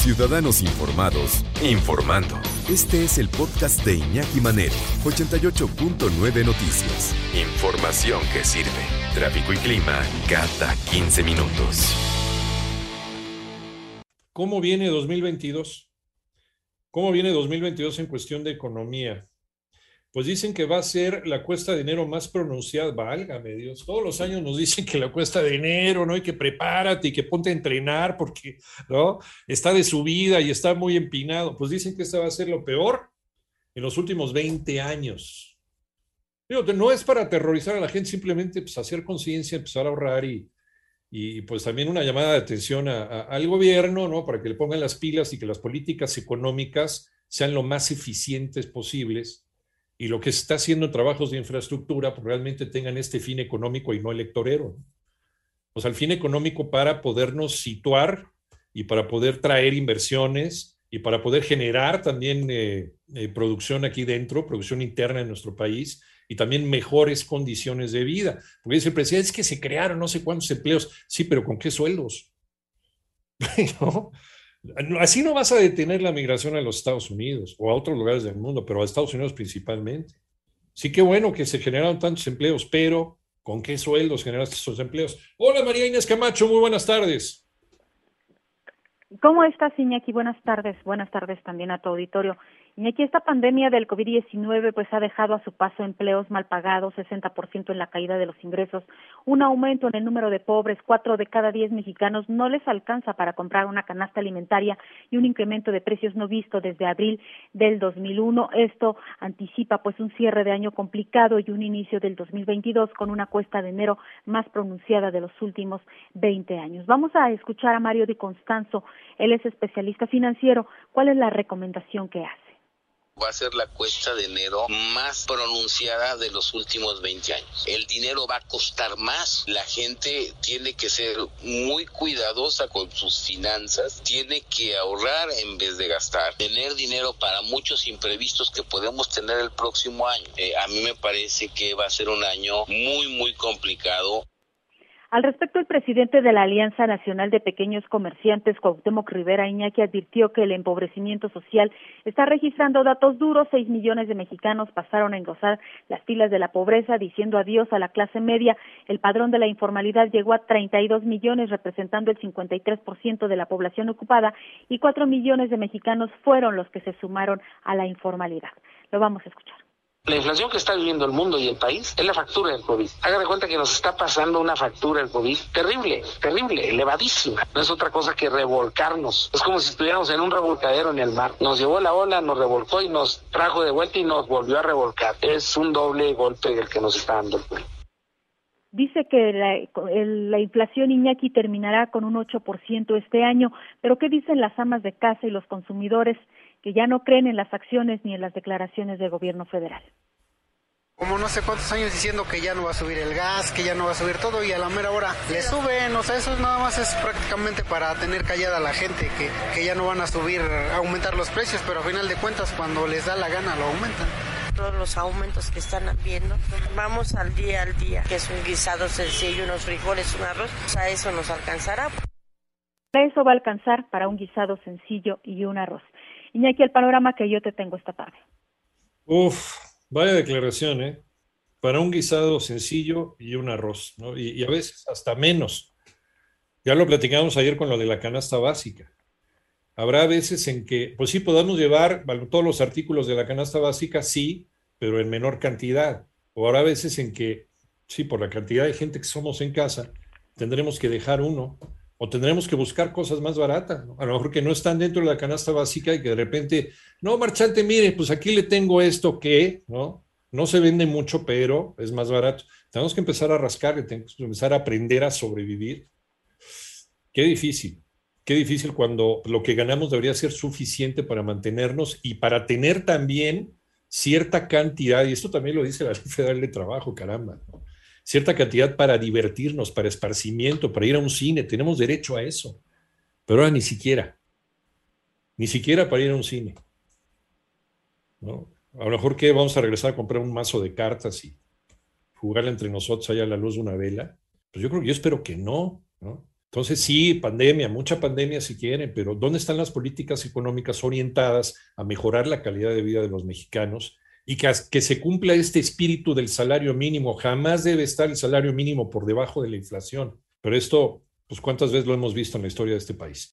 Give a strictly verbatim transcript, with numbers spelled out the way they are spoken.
Ciudadanos informados, informando. Este es el podcast de Iñaki Manero, ochenta y ocho punto nueve Noticias. Información que sirve. Tráfico y clima cada quince minutos. ¿Cómo viene dos mil veintidós? ¿Cómo viene dos mil veintidós en cuestión de economía? Pues dicen que va a ser la cuesta de enero más pronunciada. Válgame Dios, todos los años nos dicen que la cuesta de enero, ¿no? Y que prepárate y que ponte a entrenar porque, ¿no? Está de subida y está muy empinado. Pues dicen que esta va a ser lo peor en los últimos veinte años. Digo, no es para aterrorizar a la gente, simplemente pues, hacer conciencia, empezar a ahorrar y, y pues también una llamada de atención a, a, al gobierno, ¿no? Para que le pongan las pilas y que las políticas económicas sean lo más eficientes posibles. Y lo que se está haciendo en trabajos de infraestructura pues realmente tengan este fin económico y no electorero. O sea, el fin económico para podernos situar y para poder traer inversiones y para poder generar también eh, eh, producción aquí dentro, producción interna en nuestro país y también mejores condiciones de vida. Porque dice el presidente, es que se crearon no sé cuántos empleos. Sí, pero ¿con qué sueldos? ¿No? Así no vas a detener la migración a los Estados Unidos o a otros lugares del mundo, pero a Estados Unidos principalmente. Sí, qué bueno que se generaron tantos empleos, pero ¿con qué sueldos generaste esos empleos? Hola María Inés Camacho, muy buenas tardes. ¿Cómo estás, Iñaki? Buenas tardes. Buenas tardes también a tu auditorio. Iñaki, esta pandemia del COVID diecinueve pues ha dejado a su paso empleos mal pagados, sesenta por ciento en la caída de los ingresos, un aumento en el número de pobres, cuatro de cada diez mexicanos no les alcanza para comprar una canasta alimentaria y un incremento de precios no visto desde abril del dos mil uno. Esto anticipa pues un cierre de año complicado y un inicio del dos mil veintidós con una cuesta de enero más pronunciada de los últimos veinte años. Vamos a escuchar a Mario Di Constanzo, él es especialista financiero. ¿Cuál es la recomendación que hace? Va a ser la cuesta de enero más pronunciada de los últimos veinte años. El dinero va a costar más. La gente tiene que ser muy cuidadosa con sus finanzas, tiene que ahorrar en vez de gastar, tener dinero para muchos imprevistos que podemos tener el próximo año. Eh, a mí me parece que va a ser un año muy, muy complicado. Al respecto, el presidente de la Alianza Nacional de Pequeños Comerciantes, Cuauhtémoc Rivera Iñaki, advirtió que el empobrecimiento social está registrando datos duros. Seis millones de mexicanos pasaron a engrosar las filas de la pobreza, diciendo adiós a la clase media. El padrón de la informalidad llegó a treinta y dos millones, representando el cincuenta y tres por ciento de la población ocupada, y cuatro millones de mexicanos fueron los que se sumaron a la informalidad. Lo vamos a escuchar. La inflación que está viviendo el mundo y el país es la factura del COVID. Haga de cuenta que nos está pasando una factura del COVID terrible, terrible, elevadísima. No es otra cosa que revolcarnos. Es como si estuviéramos en un revolcadero en el mar. Nos llevó la ola, nos revolcó y nos trajo de vuelta y nos volvió a revolcar. Es un doble golpe el que nos está dando el COVID. Dice que la, la inflación, Iñaki, terminará con un ocho por ciento este año, pero ¿qué dicen las amas de casa y los consumidores que ya no creen en las acciones ni en las declaraciones del gobierno federal? Como no sé cuántos años diciendo que ya no va a subir el gas, que ya no va a subir todo, y a la mera hora le suben. O sea, eso nada más es prácticamente para tener callada a la gente, que, que ya no van a subir, a aumentar los precios, pero a final de cuentas cuando les da la gana lo aumentan. Todos los aumentos que están viendo, vamos al día al día, que es un guisado sencillo, unos frijoles, un arroz, o sea, eso nos alcanzará. Eso va a alcanzar para un guisado sencillo y un arroz. Iñaki, el panorama que yo te tengo esta tarde. Uf, vaya declaración, ¿eh? Para un guisado sencillo y un arroz, ¿no? Y, y a veces hasta menos. Ya lo platicamos ayer con lo de la canasta básica. Habrá veces en que, pues sí, podamos llevar todos los artículos de la canasta básica, sí, pero en menor cantidad. O habrá veces en que, sí, por la cantidad de gente que somos en casa, tendremos que dejar uno. O tendremos que buscar cosas más baratas, ¿no? A lo mejor que no están dentro de la canasta básica y que de repente, no, marchante, mire, pues aquí le tengo esto que, ¿no? No se vende mucho, pero es más barato. Tenemos que empezar a rascar, tenemos que empezar a aprender a sobrevivir. Qué difícil, qué difícil cuando lo que ganamos debería ser suficiente para mantenernos y para tener también cierta cantidad, y esto también lo dice la Ley Federal de Trabajo, caramba, ¿no? Cierta cantidad para divertirnos, para esparcimiento, para ir a un cine. Tenemos derecho a eso. Pero ahora ni siquiera. Ni siquiera para ir a un cine, ¿no? A lo mejor que vamos a regresar a comprar un mazo de cartas y jugar entre nosotros allá a la luz de una vela. Pues yo creo que yo espero que no, ¿no? Entonces sí, pandemia, mucha pandemia si quieren, pero ¿dónde están las políticas económicas orientadas a mejorar la calidad de vida de los mexicanos y que, que se cumpla este espíritu del salario mínimo? Jamás debe estar el salario mínimo por debajo de la inflación, pero esto, pues ¿cuántas veces lo hemos visto en la historia de este país?